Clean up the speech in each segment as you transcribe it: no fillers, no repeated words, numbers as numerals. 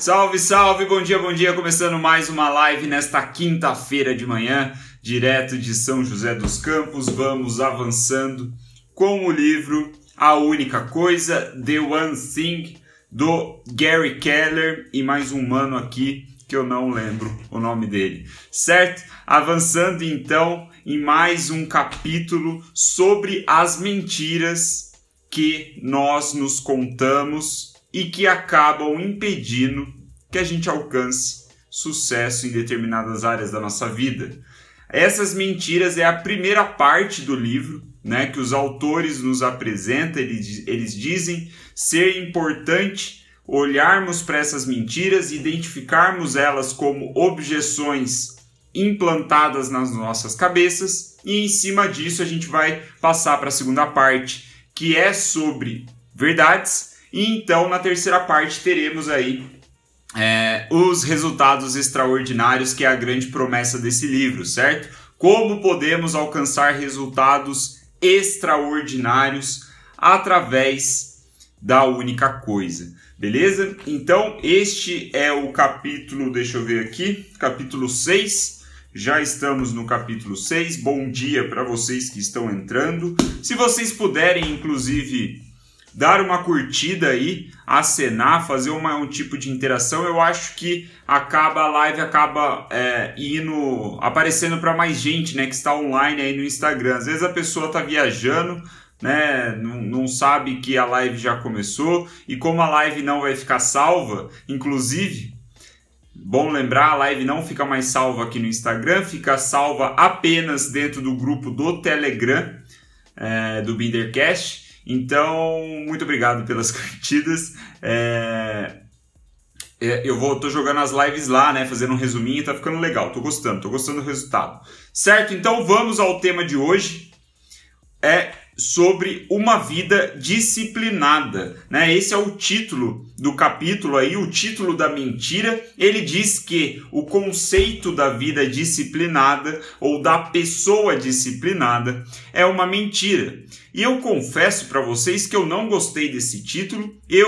Salve, salve, bom dia, começando mais uma live nesta quinta-feira de manhã, direto de São José dos Campos. Vamos avançando com o livro A Única Coisa, The One Thing, do Gary Keller, e mais um mano aqui que eu não lembro o nome dele, certo? Avançando então em mais um capítulo sobre as mentiras que nós nos contamos e que acabam impedindo que a gente alcance sucesso em determinadas áreas da nossa vida. Essas mentiras é a primeira parte do livro, né, que os autores nos apresentam. Eles dizem ser importante olharmos para essas mentiras e identificarmos elas como objeções implantadas nas nossas cabeças, e em cima disso a gente vai passar para a segunda parte, que é sobre verdades. E então, na terceira parte, teremos aí os resultados extraordinários, que é a grande promessa desse livro, certo? Como podemos alcançar resultados extraordinários através da única coisa, beleza? Então, este é o capítulo, deixa eu ver aqui, capítulo 6. Já estamos no capítulo 6. Bom dia para vocês que estão entrando. Se vocês puderem, inclusive, dar uma curtida aí, acenar, fazer um tipo de interação, eu acho que a live acaba aparecendo para mais gente, né, que está online aí no Instagram. Às vezes a pessoa está viajando, né, não sabe que a live já começou, e como a live não vai ficar salva, inclusive, bom lembrar, a live não fica mais salva aqui no Instagram, fica salva apenas dentro do grupo do Telegram, do Bindercast. Então, muito obrigado pelas curtidas. Tô jogando as lives lá, né, fazendo um resuminho, tá ficando legal, tô gostando do resultado. Certo? Então vamos ao tema de hoje, sobre uma vida disciplinada, né? Esse é o título do capítulo aí, o título da mentira. Ele diz que o conceito da vida disciplinada ou da pessoa disciplinada é uma mentira. E eu confesso para vocês que eu não gostei desse título. Eu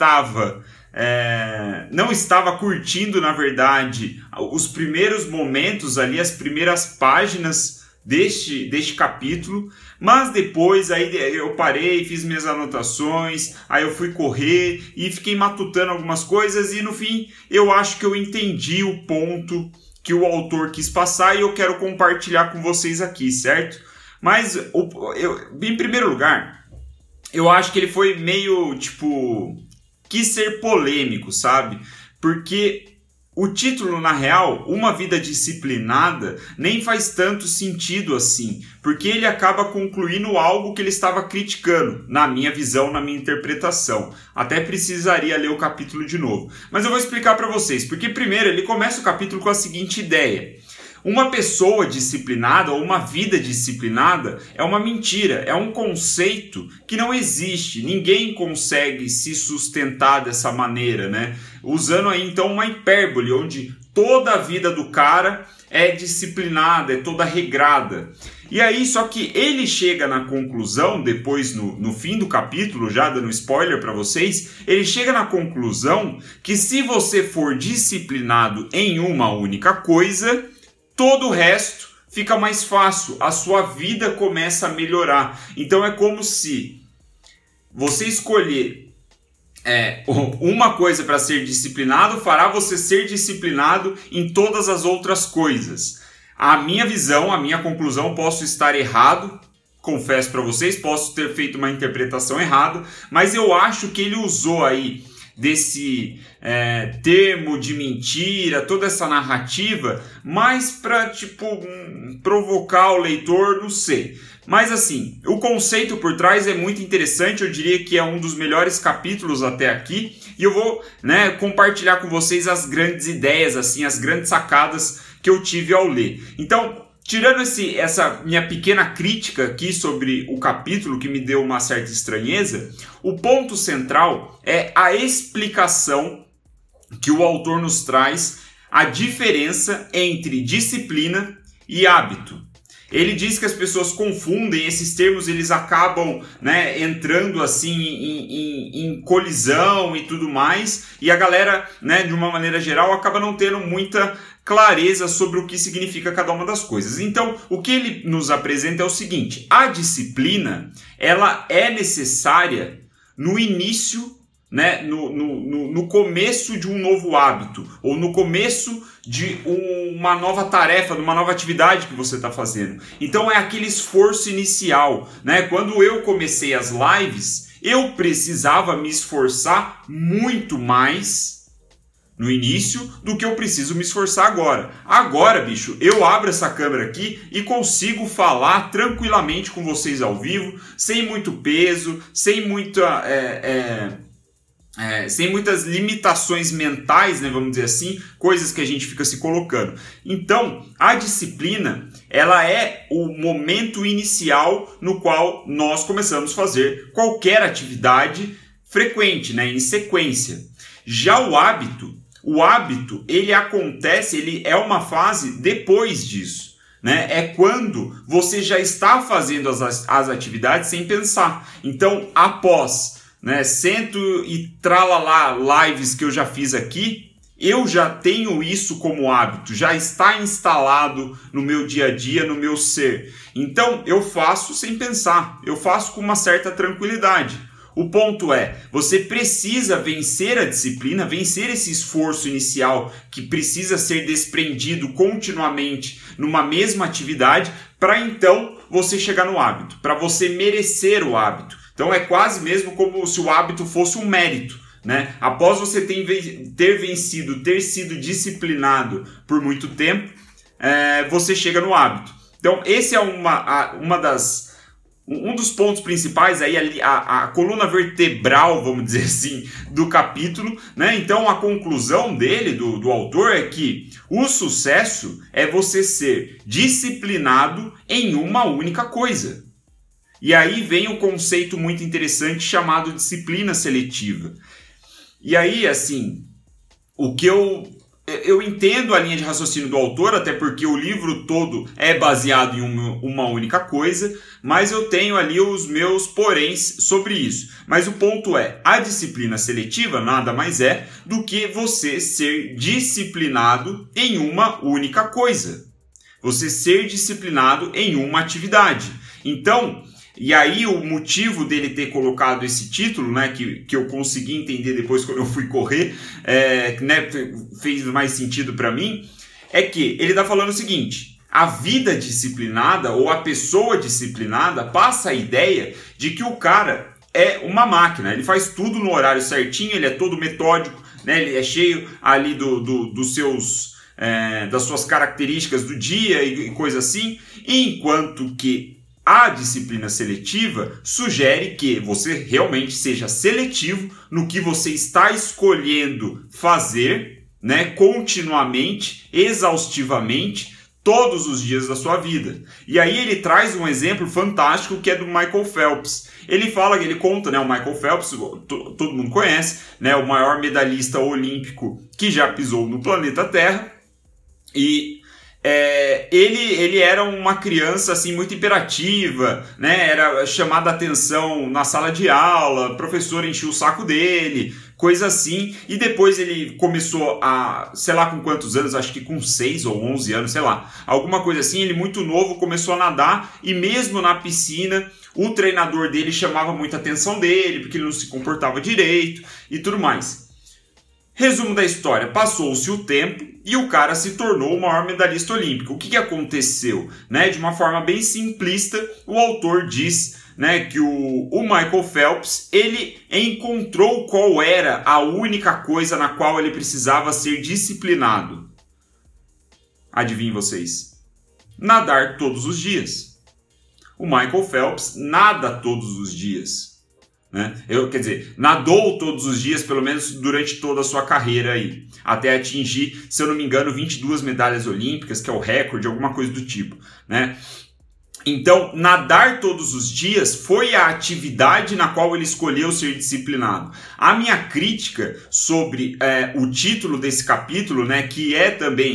não estava curtindo, na verdade, os primeiros momentos ali, as primeiras páginas deste capítulo, mas depois aí eu parei, fiz minhas anotações, aí eu fui correr e fiquei matutando algumas coisas, e no fim eu acho que eu entendi o ponto que o autor quis passar e eu quero compartilhar com vocês aqui, certo? Mas em primeiro lugar, eu acho que ele foi meio, quis ser polêmico, sabe? Porque o título, na real, Uma Vida Disciplinada, nem faz tanto sentido assim, porque ele acaba concluindo algo que ele estava criticando, na minha visão, na minha interpretação. Até precisaria ler o capítulo de novo. Mas eu vou explicar para vocês, porque primeiro ele começa o capítulo com a seguinte ideia: uma pessoa disciplinada ou uma vida disciplinada é uma mentira, é um conceito que não existe. Ninguém consegue se sustentar dessa maneira, né? Usando aí então uma hipérbole, onde toda a vida do cara é disciplinada, é toda regrada. E aí, só que ele chega na conclusão, depois no fim do capítulo, já dando spoiler para vocês, ele chega na conclusão que se você for disciplinado em uma única coisa, todo o resto fica mais fácil, a sua vida começa a melhorar. Então é como se você escolher uma coisa para ser disciplinado, fará você ser disciplinado em todas as outras coisas. A minha visão, a minha conclusão, posso estar errado, confesso para vocês, posso ter feito uma interpretação errada, mas eu acho que ele usou aí desse termo de mentira, toda essa narrativa, mais para provocar o leitor, não sei. Mas assim, o conceito por trás é muito interessante, eu diria que é um dos melhores capítulos até aqui, e eu vou, compartilhar com vocês as grandes ideias, assim, as grandes sacadas que eu tive ao ler. Então, tirando essa minha pequena crítica aqui sobre o capítulo, que me deu uma certa estranheza, o ponto central é a explicação que o autor nos traz, a diferença entre disciplina e hábito. ele diz que as pessoas confundem esses termos, eles acabam, né, entrando assim em colisão e tudo mais, e a galera, né, de uma maneira geral, acaba não tendo muita clareza sobre o que significa cada uma das coisas. Então, o que ele nos apresenta é o seguinte: a disciplina, ela é necessária no início, né, no começo de um novo hábito, ou no começo de uma nova tarefa, de uma nova atividade que você está fazendo. Então é aquele esforço inicial, né? Quando eu comecei as lives, eu precisava me esforçar muito mais no início do que eu preciso me esforçar agora. Agora, bicho, eu abro essa câmera aqui e consigo falar tranquilamente com vocês ao vivo, sem muito peso, sem muitas limitações mentais, né, vamos dizer assim, coisas que a gente fica se colocando. Então, a disciplina, ela é o momento inicial no qual nós começamos a fazer qualquer atividade frequente, né, em sequência. Já o hábito, ele acontece, ele é uma fase depois disso, né? É quando você já está fazendo as atividades sem pensar. Então, após, né, cento e tralalá lives que eu já fiz aqui, eu já tenho isso como hábito, já está instalado no meu dia a dia, no meu ser. Então, eu faço sem pensar, eu faço com uma certa tranquilidade. O ponto é, você precisa vencer a disciplina, vencer esse esforço inicial que precisa ser desprendido continuamente numa mesma atividade, para então você chegar no hábito, para você merecer o hábito. Então é quase mesmo como se o hábito fosse um mérito, né? Após você ter sido disciplinado por muito tempo, você chega no hábito. Então esse é um dos pontos principais, aí a coluna vertebral, vamos dizer assim, do capítulo, né? Então a conclusão dele, do autor, é que o sucesso é você ser disciplinado em uma única coisa. E aí vem um conceito muito interessante chamado disciplina seletiva. E aí, assim, o que eu entendo a linha de raciocínio do autor, até porque o livro todo é baseado em uma única coisa, mas eu tenho ali os meus poréns sobre isso. Mas o ponto é, a disciplina seletiva nada mais é do que você ser disciplinado em uma única coisa. Você ser disciplinado em uma atividade. Então, e aí o motivo dele ter colocado esse título, né, que eu consegui entender depois quando eu fui correr, né, fez mais sentido para mim, é que ele está falando o seguinte: a vida disciplinada ou a pessoa disciplinada passa a ideia de que o cara é uma máquina, ele faz tudo no horário certinho, ele é todo metódico, né, ele é cheio ali das suas características do dia e coisa assim, enquanto que a disciplina seletiva sugere que você realmente seja seletivo no que você está escolhendo fazer, né, continuamente, exaustivamente, todos os dias da sua vida. E aí ele traz um exemplo fantástico que é do Michael Phelps. Ele conta, né, o Michael Phelps, todo mundo conhece, né, o maior medalhista olímpico que já pisou no planeta Terra, e ele era uma criança assim, muito imperativa, né? Era chamada a atenção na sala de aula, o professor enchia o saco dele, coisa assim, e depois ele começou a, sei lá com quantos anos, acho que com 6 ou 11 anos, sei lá, alguma coisa assim, ele muito novo começou a nadar, e mesmo na piscina o treinador dele chamava muita atenção dele, porque ele não se comportava direito e tudo mais. Resumo da história, passou-se o tempo e o cara se tornou o maior medalhista olímpico. O que aconteceu? Né? De uma forma bem simplista, o autor diz, né, que o Michael Phelps, ele encontrou qual era a única coisa na qual ele precisava ser disciplinado. Adivinhem vocês? Nadar todos os dias. O Michael Phelps nada todos os dias. Né? Quer dizer, nadou todos os dias, pelo menos durante toda a sua carreira aí, até atingir, se eu não me engano, 22 medalhas olímpicas, que é o recorde, alguma coisa do tipo, né? Então, nadar todos os dias foi a atividade na qual ele escolheu ser disciplinado. A minha crítica sobre o título desse capítulo, né, que é também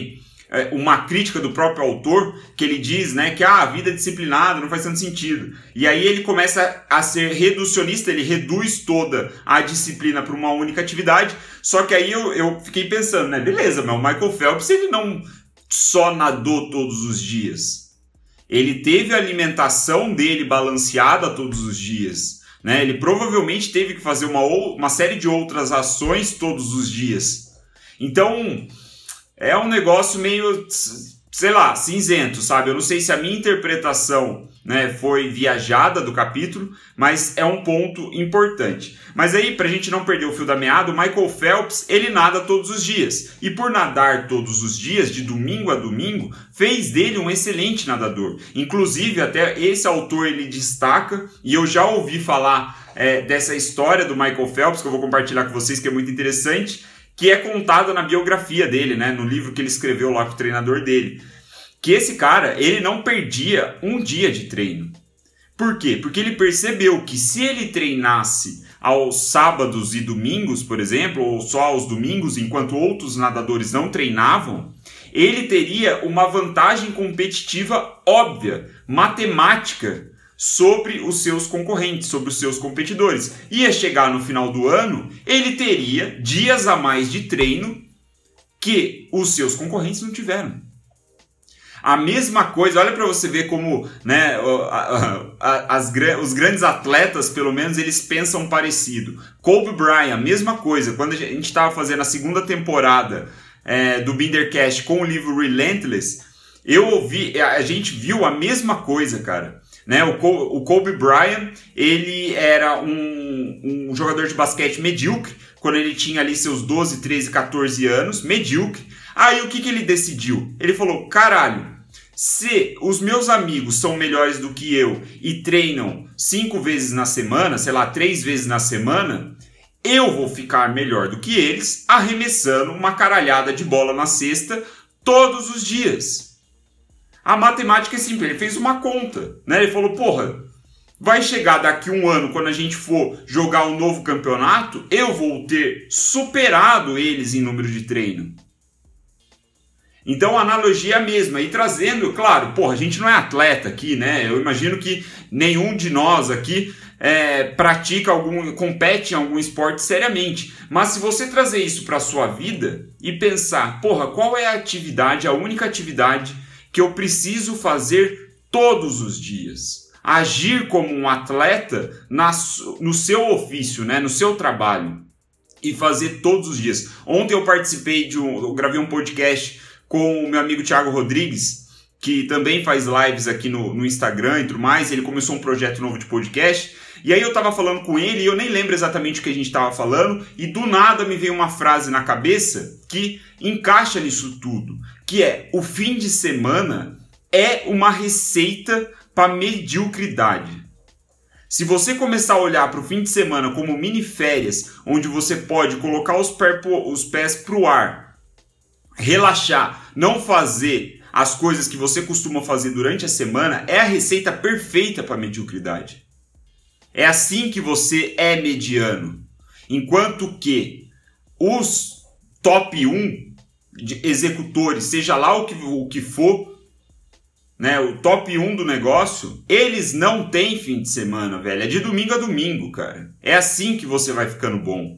uma crítica do próprio autor, que ele diz, né, que a vida disciplinada não faz tanto sentido. E aí ele começa a ser reducionista, ele reduz toda a disciplina para uma única atividade. Só que aí eu fiquei pensando, né, beleza, mas o Michael Phelps, ele não só nadou todos os dias. Ele teve a alimentação dele balanceada todos os dias, né? Ele provavelmente teve que fazer uma série de outras ações todos os dias. Então, é um negócio meio, sei lá, cinzento, sabe? Eu não sei se a minha interpretação, né, foi viajada do capítulo, mas é um ponto importante. Mas aí, pra gente não perder o fio da meada, o Michael Phelps, ele nada todos os dias. E por nadar todos os dias, de domingo a domingo, fez dele um excelente nadador. Inclusive, até esse autor ele destaca, e eu já ouvi falar dessa história do Michael Phelps, que eu vou compartilhar com vocês, que é muito interessante, que é contada na biografia dele, né, no livro que ele escreveu lá com o treinador dele. Que esse cara, ele não perdia um dia de treino. Por quê? Porque ele percebeu que se ele treinasse aos sábados e domingos, por exemplo, ou só aos domingos, enquanto outros nadadores não treinavam, ele teria uma vantagem competitiva óbvia, matemática, sobre os seus concorrentes, sobre os seus competidores. Ia chegar no final do ano, ele teria dias a mais de treino que os seus concorrentes não tiveram. A mesma coisa, olha para você ver como, né, os grandes atletas, pelo menos, eles pensam parecido. Kobe Bryant, mesma coisa. Quando a gente estava fazendo a segunda temporada do Bindercast com o livro Relentless, a gente viu a mesma coisa, cara. Né? O Kobe Bryant, ele era um jogador de basquete medíocre, quando ele tinha ali seus 12, 13, 14 anos, medíocre. Aí o que ele decidiu? Ele falou, caralho, se os meus amigos são melhores do que eu e treinam 5 vezes na semana, sei lá, 3 vezes na semana, eu vou ficar melhor do que eles arremessando uma caralhada de bola na cesta todos os dias. A matemática é simples, ele fez uma conta, né? Ele falou, porra, vai chegar daqui um ano, quando a gente for jogar um novo campeonato, eu vou ter superado eles em número de treino. Então a analogia é a mesma, e trazendo, claro, porra, a gente não é atleta aqui, né? Eu imagino que nenhum de nós aqui compete em algum esporte seriamente. Mas se você trazer isso para a sua vida e pensar, porra, qual é a única atividade que eu preciso fazer todos os dias? Agir como um atleta no seu ofício, né? No seu trabalho. E fazer todos os dias. Ontem eu eu gravei um podcast com o meu amigo Thiago Rodrigues, que também faz lives aqui no Instagram e tudo mais. Ele começou um projeto novo de podcast. E aí eu tava falando com ele e eu nem lembro exatamente o que a gente tava falando. E do nada me veio uma frase na cabeça que encaixa nisso tudo. Que é, o fim de semana é uma receita para mediocridade. Se você começar a olhar para o fim de semana como mini férias, onde você pode colocar os pés pro ar, relaxar, não fazer as coisas que você costuma fazer durante a semana, é a receita perfeita para a mediocridade. É assim que você é mediano. Enquanto que os top 1 de executores, seja lá o que for, né, o top 1 do negócio, eles não têm fim de semana, velho. É de domingo a domingo, cara. É assim que você vai ficando bom.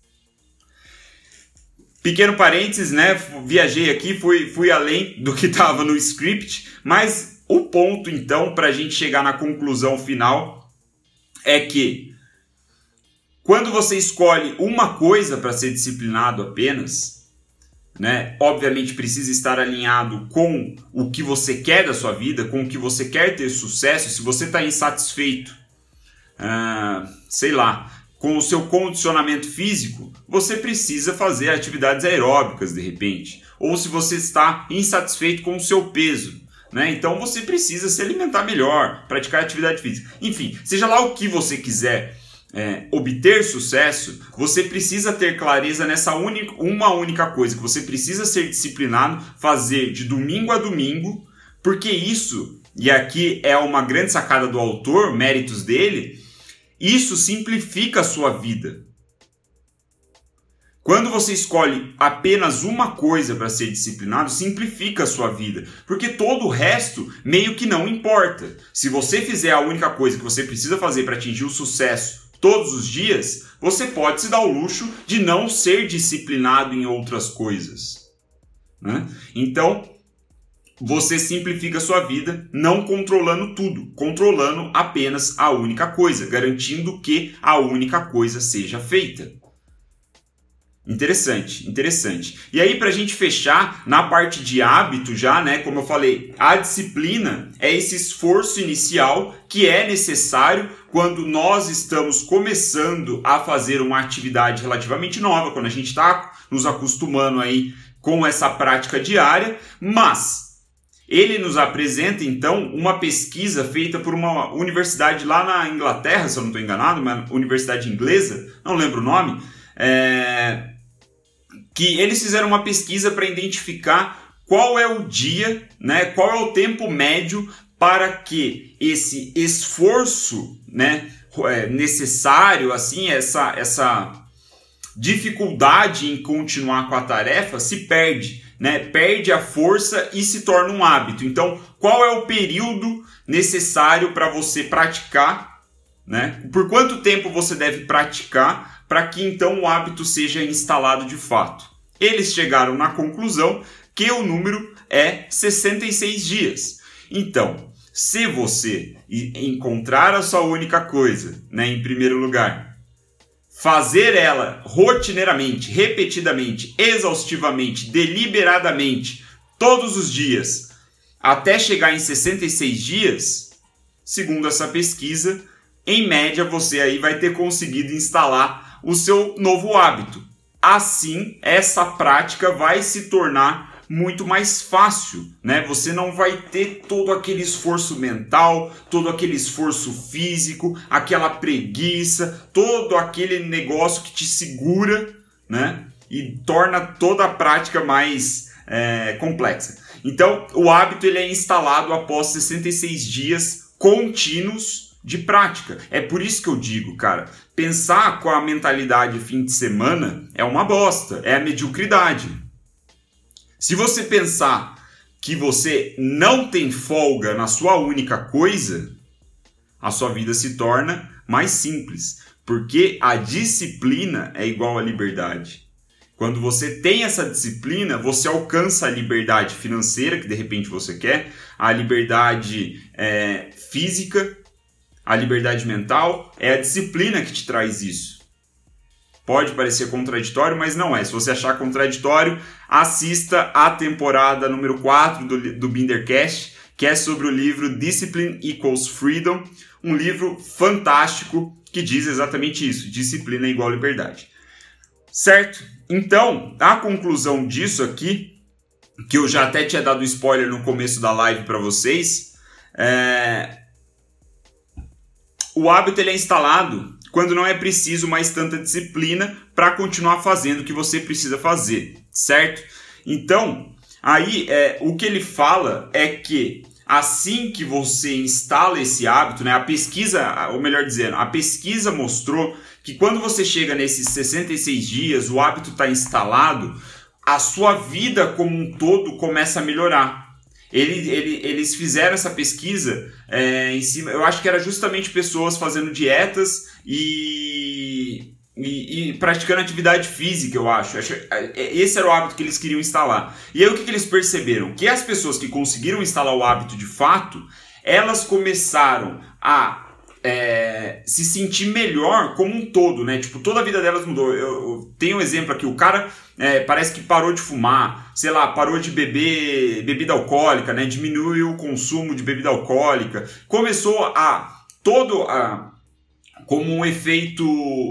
Pequeno parênteses, né? Viajei aqui, fui além do que estava no script, mas o ponto, então, para a gente chegar na conclusão final é que quando você escolhe uma coisa para ser disciplinado apenas, né, obviamente precisa estar alinhado com o que você quer da sua vida, com o que você quer ter sucesso. Se você está insatisfeito, sei lá, com o seu condicionamento físico, você precisa fazer atividades aeróbicas de repente. Ou se você está insatisfeito com o seu peso, né? Então você precisa se alimentar melhor, praticar atividade física. Enfim, seja lá o que você quiser obter sucesso, você precisa ter clareza nessa uma única coisa, que você precisa ser disciplinado, fazer de domingo a domingo, porque isso, e aqui é uma grande sacada do autor, méritos dele, isso simplifica a sua vida. Quando você escolhe apenas uma coisa para ser disciplinado, simplifica a sua vida, porque todo o resto meio que não importa. Se você fizer a única coisa que você precisa fazer para atingir o sucesso todos os dias, você pode se dar o luxo de não ser disciplinado em outras coisas, né? Então, você simplifica a sua vida não controlando tudo, controlando apenas a única coisa, garantindo que a única coisa seja feita. Interessante, interessante. E aí, para a gente fechar, na parte de hábito já, né, como eu falei, a disciplina é esse esforço inicial que é necessário quando nós estamos começando a fazer uma atividade relativamente nova, quando a gente está nos acostumando aí com essa prática diária, mas ele nos apresenta, então, uma pesquisa feita por uma universidade lá na Inglaterra, se eu não estou enganado, uma universidade inglesa, não lembro o nome, que eles fizeram uma pesquisa para identificar qual é o dia, né, qual é o tempo médio para que esse esforço, né, necessário, assim, essa dificuldade em continuar com a tarefa se perde, né, perde a força e se torna um hábito. Então, qual é o período necessário para você praticar, né? Por quanto tempo você deve praticar para que então o hábito seja instalado de fato? Eles chegaram na conclusão que o número é 66 dias. Então, se você encontrar a sua única coisa, né, em primeiro lugar, fazer ela rotineiramente, repetidamente, exaustivamente, deliberadamente, todos os dias, até chegar em 66 dias, segundo essa pesquisa, em média você aí vai ter conseguido instalar o seu novo hábito. Assim, essa prática vai se tornar muito mais fácil, né? Você não vai ter todo aquele esforço mental, todo aquele esforço físico, aquela preguiça, todo aquele negócio que te segura, né? E torna toda a prática mais complexa. Então, o hábito ele é instalado após 66 dias contínuos de prática. É por isso que eu digo, cara, pensar com a mentalidade fim de semana é uma bosta, é a mediocridade. Se você pensar que você não tem folga na sua única coisa, a sua vida se torna mais simples, porque a disciplina é igual à liberdade. Quando você tem essa disciplina, você alcança a liberdade financeira, que de repente você quer, a liberdade física, a liberdade mental, é a disciplina que te traz isso. Pode parecer contraditório, mas não é. Se você achar contraditório, assista a temporada número 4 do Bindercast, que é sobre o livro Discipline Equals Freedom, um livro fantástico que diz exatamente isso, disciplina é igual a liberdade. Certo? Então, a conclusão disso aqui, que eu já até tinha dado spoiler no começo da live para vocês, o hábito ele é instalado quando não é preciso mais tanta disciplina para continuar fazendo o que você precisa fazer, certo? Então, aí o que ele fala é que assim que você instala esse hábito, né, a pesquisa, ou melhor dizendo, a pesquisa mostrou que quando você chega nesses 66 dias, o hábito está instalado, a sua vida como um todo começa a melhorar. Eles fizeram essa pesquisa em cima, eu acho que era justamente pessoas fazendo dietas e praticando atividade física, eu acho. Esse era o hábito que eles queriam instalar. E aí o que eles perceberam? Que as pessoas que conseguiram instalar o hábito de fato, elas começaram a se sentir melhor como um todo, né? Tipo, toda a vida delas mudou. Eu tenho um exemplo aqui, o cara parece que parou de fumar, sei lá, parou de beber bebida alcoólica, né? Diminuiu o consumo de bebida alcoólica, começou como um efeito,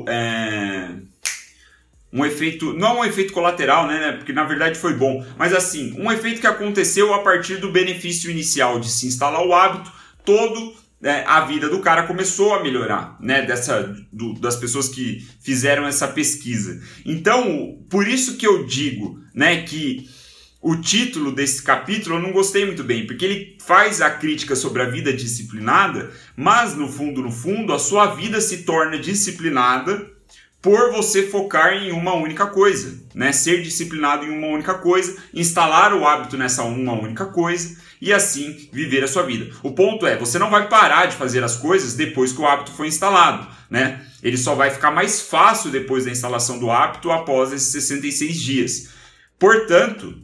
não um efeito colateral, né? Porque na verdade foi bom, mas assim, um efeito que aconteceu a partir do benefício inicial de se instalar o hábito, a vida do cara começou a melhorar, né? Das pessoas que fizeram essa pesquisa. Então, por isso que eu digo, né, que o título desse capítulo eu não gostei muito bem, porque ele faz a crítica sobre a vida disciplinada, mas no fundo, a sua vida se torna disciplinada por você focar em uma única coisa, né? Ser disciplinado em uma única coisa, instalar o hábito nessa uma única coisa e assim viver a sua vida. O ponto é, você não vai parar de fazer as coisas depois que o hábito foi instalado, né? Ele só vai ficar mais fácil depois da instalação do hábito após esses 66 dias. Portanto,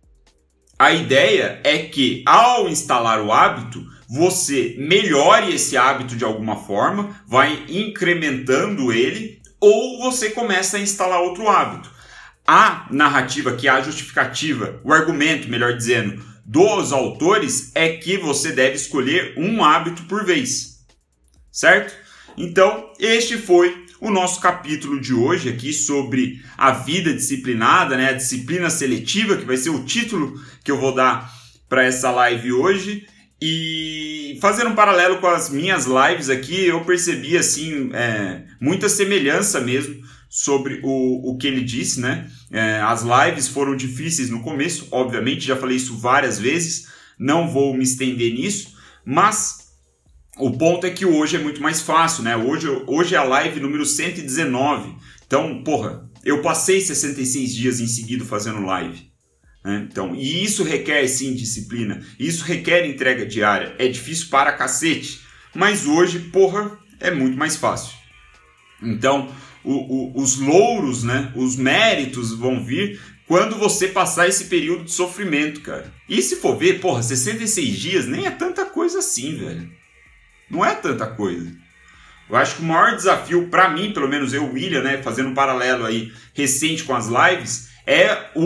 a ideia é que ao instalar o hábito, você melhore esse hábito de alguma forma, vai incrementando ele, ou você começa a instalar outro hábito. A narrativa, que é a justificativa, o argumento, melhor dizendo, dos autores é que você deve escolher um hábito por vez, certo? Então, este foi o nosso capítulo de hoje aqui sobre a vida disciplinada, né? A disciplina seletiva, que vai ser o título que eu vou dar para essa live hoje. E fazendo um paralelo com as minhas lives aqui, eu percebi assim, muita semelhança mesmo sobre o que ele disse, né? As lives foram difíceis no começo, obviamente, já falei isso várias vezes, não vou me estender nisso, mas o ponto é que hoje é muito mais fácil, né? Hoje é a live número 119, então, eu passei 66 dias em seguida fazendo live. Então, e isso requer sim disciplina, isso requer entrega diária, é difícil para cacete, mas hoje, é muito mais fácil. Então, os louros, né, os méritos vão vir quando você passar esse período de sofrimento, cara. E se for ver, 66 dias nem é tanta coisa assim, velho. Não é tanta coisa. Eu acho que o maior desafio, para mim, pelo menos eu, William, né, fazendo um paralelo aí recente com as lives, é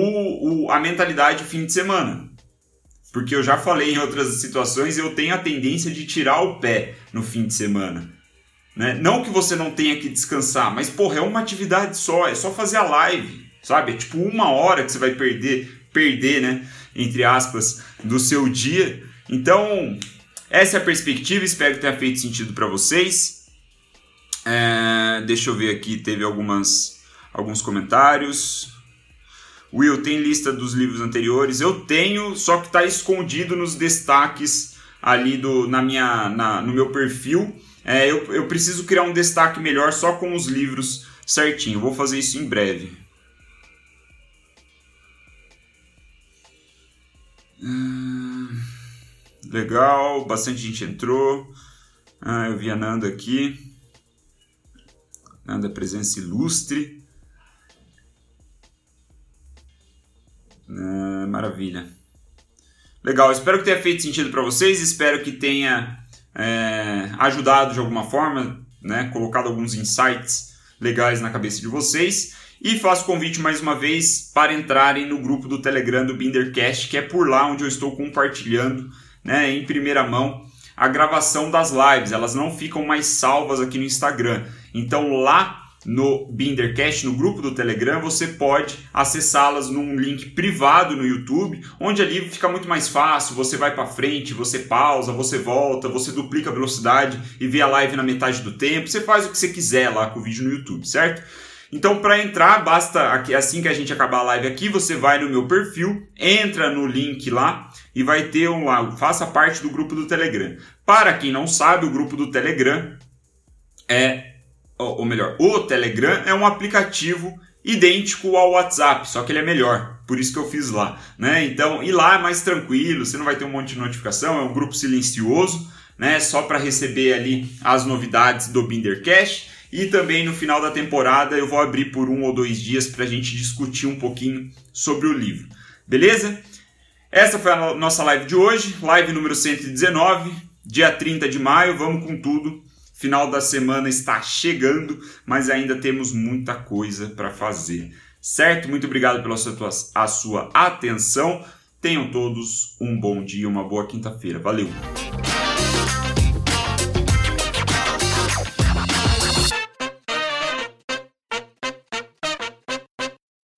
a mentalidade fim de semana. Porque eu já falei em outras situações, eu tenho a tendência de tirar o pé no fim de semana. Né? Não que você não tenha que descansar, mas é uma atividade só, é só fazer a live, sabe? É tipo 1 hora que você vai perder, né, entre aspas, do seu dia. Então, essa é a perspectiva, espero que tenha feito sentido para vocês. Deixa eu ver aqui, teve alguns comentários. Will, tem lista dos livros anteriores? Eu tenho, só que está escondido nos destaques ali no meu perfil. Eu preciso criar um destaque melhor só com os livros certinho. Vou fazer isso em breve. Legal, bastante gente entrou. Eu vi a Nanda aqui. Nanda, presença ilustre. Maravilha. Legal, espero que tenha feito sentido para vocês, espero que tenha ajudado de alguma forma, né, colocado alguns insights legais na cabeça de vocês. E faço o convite mais uma vez para entrarem no grupo do Telegram do Bindercast, que é por lá onde eu estou compartilhando, né, em primeira mão a gravação das lives. Elas não ficam mais salvas aqui no Instagram. Então lá no Bindercast, no grupo do Telegram, você pode acessá-las num link privado no YouTube, onde ali fica muito mais fácil, você vai para frente, você pausa, você volta, você duplica a velocidade e vê a live na metade do tempo, você faz o que você quiser lá com o vídeo no YouTube, certo? Então, para entrar, basta, assim que a gente acabar a live aqui, você vai no meu perfil, entra no link lá e vai ter faça parte do grupo do Telegram. Para quem não sabe, o grupo do Telegram o Telegram é um aplicativo idêntico ao WhatsApp, só que ele é melhor, por isso que eu fiz lá, né? Então, e lá é mais tranquilo, você não vai ter um monte de notificação, é um grupo silencioso, né? Só para receber ali as novidades do Bindercast. E também no final da temporada eu vou abrir por 1 ou 2 dias para a gente discutir um pouquinho sobre o livro, beleza? Essa foi a nossa live de hoje, live número 119, dia 30 de maio, vamos com tudo. Final da semana está chegando, mas ainda temos muita coisa para fazer, certo? Muito obrigado pela sua atenção. Tenham todos um bom dia, uma boa quinta-feira. Valeu!